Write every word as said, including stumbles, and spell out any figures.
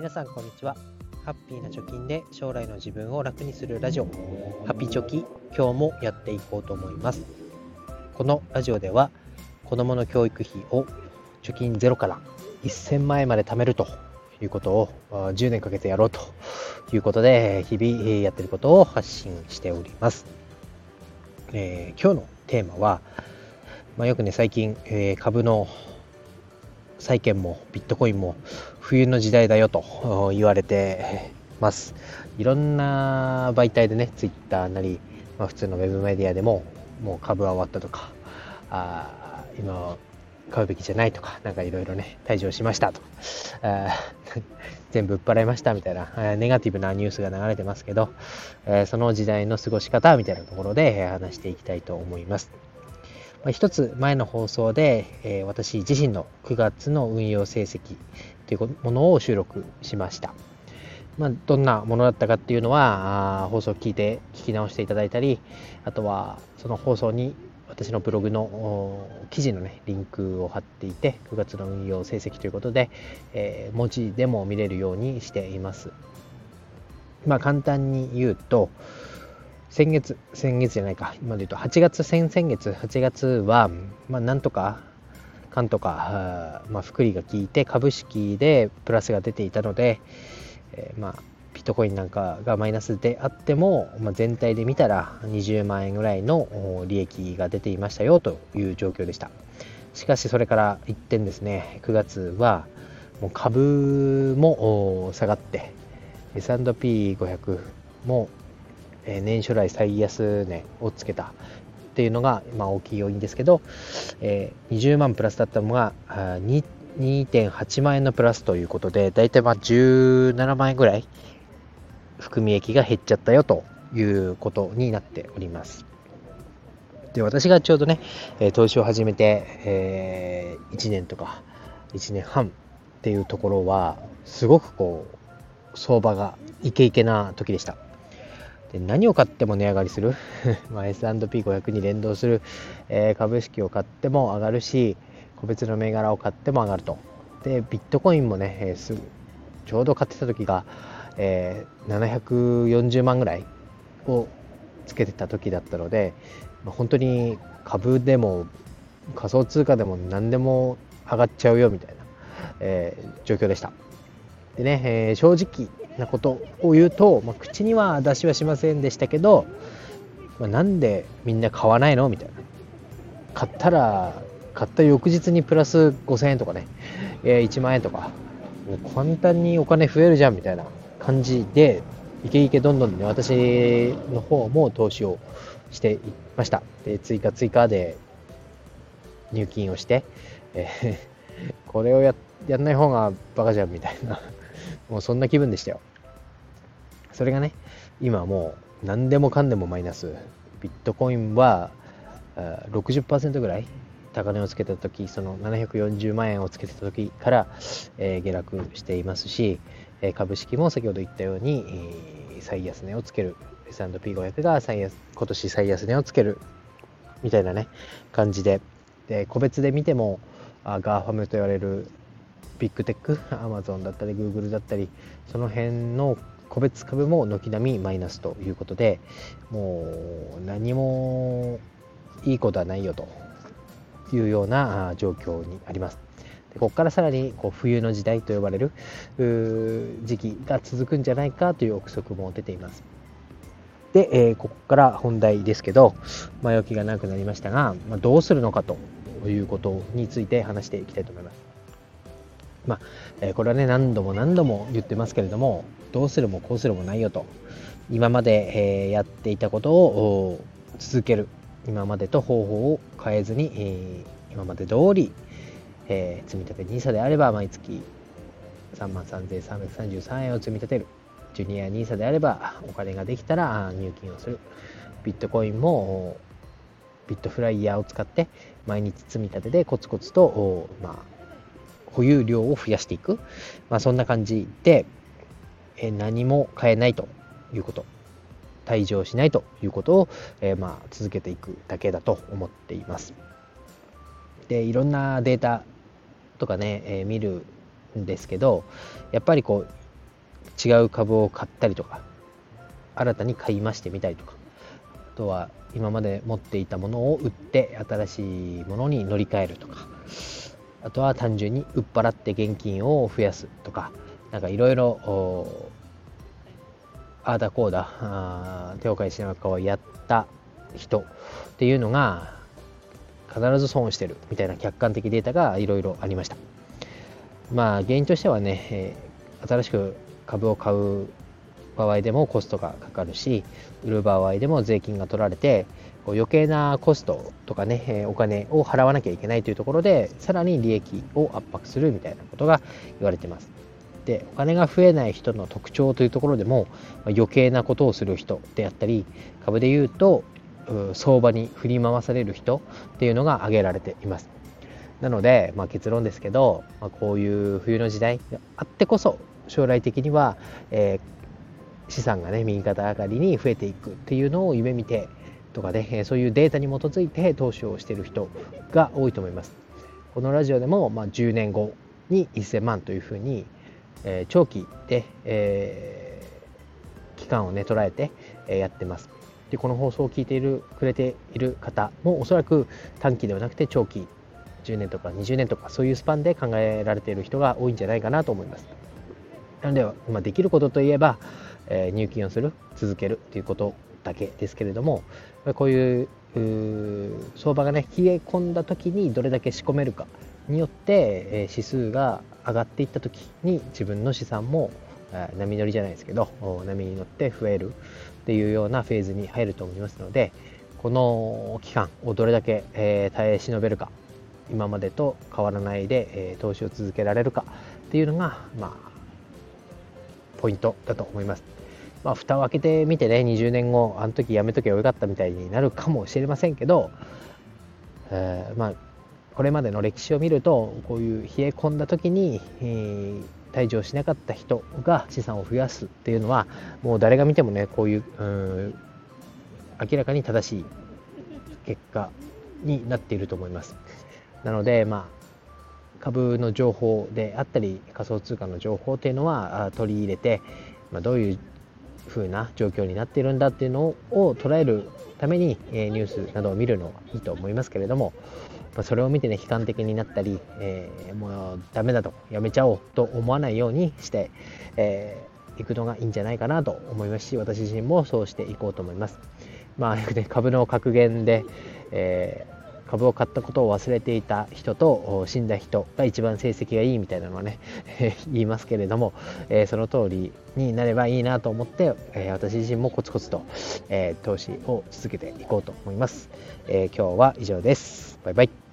皆さんこんにちは。ハッピーな貯金で将来の自分を楽にするラジオ、ハッピーチョキ、今日もやっていこうと思います。このラジオでは子どもの教育費を貯金ゼロからせんまん円まで貯めるということをじゅうねんかけてやろうということで日々やっていることを発信しております。えー、今日のテーマは、まあ、よくね最近、えー、株の債券もビットコインも冬の時代だよと言われてます。いろんな媒体でね、ツイッターなり、まあ、普通のウェブメディアでももう株は終わったとか、あ今買うべきじゃないとか、なんかいろいろね退場しましたとか、あ全部売っ払いましたみたいなネガティブなニュースが流れてますけど、その時代の過ごし方みたいなところで話していきたいと思います。一つ前の放送で、えー、私自身のくがつの運用成績というものを収録しました。まあ、どんなものだったかっていうのは放送を聞いて聞き直していただいたり、あとはその放送に私のブログの記事のねリンクを貼っていて、くがつの運用成績ということで、えー、文字でも見れるようにしています。まあ簡単に言うと、先月、先月じゃないか、今で言うとはちがつ、先々月、はちがつは、まあ、なんとか、かんとか、まあ、福利が効いて株式でプラスが出ていたので、えー、まあ、ビットコインなんかがマイナスであっても、まあ、全体で見たらにじゅうまん円ぐらいの利益が出ていましたよという状況でした。しかしそれから一転ですね、くがつはもう株も下がって、エスアンドピーごひゃく も年初来最安値をつけたっていうのが、まあ、大きい要因ですけど、えー、にじゅうまんプラスだったのが にてんはちまん円のプラスということで、だいたいまあじゅうななまん円ぐらい含み益が減っちゃったよということになっております。で、私がちょうどね投資を始めて、えー、いちねんとかいちねんはんっていうところはすごくこう相場がイケイケな時でした。で、何を買っても値上がりするまあ エスアンドピーごひゃく に連動する、えー、株式を買っても上がるし、個別の銘柄を買っても上がると。でビットコインもね、えー、すちょうど買ってた時が、えー、ななひゃくよんじゅうまんぐらいをつけてた時だったので、まあ、本当に株でも仮想通貨でも何でも上がっちゃうよみたいな、えー、状況でした。でね、えー、正直なことを言うと、まあ、口には出しはしませんでしたけど、まあ、なんでみんな買わないのみたいな。買ったら買った翌日にプラスごせんえんとかね、えー、いちまん円とか、もう簡単にお金増えるじゃんみたいな感じで、イケイケどんどんね、私の方も投資をしていました。で、追加追加で入金をして、えー、これを や, やんない方がバカじゃんみたいなもうそんな気分でしたよ。それがね、今もう何でもかんでもマイナス。ビットコインは ろくじゅっパーセント ぐらい高値をつけた時、そのななひゃくよんじゅうまん円をつけてた時から、えー、下落していますし、えー、株式も先ほど言ったように、えー、最安値をつける、 エスアンドピーごひゃく が最安今年最安値をつけるみたいなね感じで、で個別で見てもあ ガーファム と言われるビッグテック、アマゾンだったりグーグルだったり、その辺の個別株も軒並みマイナスということで、もう何もいいことはないよというような状況にあります。でここからさらにこう冬の時代と呼ばれる時期が続くんじゃないかという憶測も出ています。で、えー、ここから本題ですけど、前置きが長くなりましたが、まあ、どうするのかということについて話していきたいと思います。まあえー、これはね何度も何度も言ってますけれども、どうするもこうするもないよと。今まで、えー、やっていたことを続ける、今までと方法を変えずに、えー、今まで通り、えー、積み立てニーサであれば毎月さんまんさんぜんさんびゃくさんじゅうさんえんを積み立てる、ジュニアニーサであればお金ができたら入金をする、ビットコインもビットフライヤーを使って毎日積み立てでコツコツと、まあ保有量を増やしていく、まあ、そんな感じで、え何も変えないということ、退場しないということを、えー、まあ続けていくだけだと思っています。で、いろんなデータとかね、えー、見るんですけど、やっぱりこう違う株を買ったりとか、新たに買い増してみたりとか、あとは今まで持っていたものを売って新しいものに乗り換えるとか、あとは単純に売っ払って現金を増やすとか、なんかいろいろああだこうだあ手を変え品を変えやった人っていうのが必ず損してるみたいな客観的データがいろいろありました。まあ原因としてはね、えー、新しく株を買う場合でもコストがかかるし、売る場合でも税金が取られて、こう余計なコストとかね、えー、お金を払わなきゃいけないというところで、さらに利益を圧迫するみたいなことが言われています。で、お金が増えない人の特徴というところでも、まあ、余計なことをする人であったり、株でいうと相場に振り回される人っていうのが挙げられています。なので、まあ、結論ですけど、まあ、こういう冬の時代があってこそ将来的には、えー資産がね右肩上がりに増えていくっていうのを夢見てとかで、ね、そういうデータに基づいて投資をしている人が多いと思います。このラジオでも、まあ、じゅうねんごにせんまんというふうに、えー、長期で、えー、期間をね捉えて、えー、やってます。でこの放送を聞いているくれている方もおそらく短期ではなくて長期じゅうねんとかにじゅうねんとかそういうスパンで考えられている人が多いんじゃないかなと思います。なので、まあ、できることといえばえー、入金をする続けるということだけですけれども、こういう相場がね冷え込んだ時にどれだけ仕込めるかによって、えー、指数が上がっていった時に自分の資産も、えー、波乗りじゃないですけど波に乗って増えるっていうようなフェーズに入ると思いますので、この期間をどれだけ、えー、耐え忍べるか、今までと変わらないで、えー、投資を続けられるかっていうのがまあポイントだと思います。まあ、蓋を開けてみてね、にじゅうねんごあの時やめときゃよかったみたいになるかもしれませんけど、えー、まあこれまでの歴史を見ると、こういう冷え込んだ時に、えー、退場しなかった人が資産を増やすっていうのはもう誰が見てもねこういう、うん、明らかに正しい結果になっていると思います。なのでまあ株の情報であったり仮想通貨の情報っていうのは取り入れて、まあ、どういう風な状況になっているんだっていうのを捉えるために、えー、ニュースなどを見るのはいいと思いますけれども、まあ、それを見てね悲観的になったり、えー、もうダメだとやめちゃおうと思わないようにして、えー、いくのがいいんじゃないかなと思いますし、私自身もそうしていこうと思います。まあ、ね、株の格言で、えー株を買ったことを忘れていた人と死んだ人が一番成績がいいみたいなのはね言いますけれども、えー、その通りになればいいなと思って、えー、私自身もコツコツと、えー、投資を続けていこうと思います。えー、今日は以上です。バイバイ。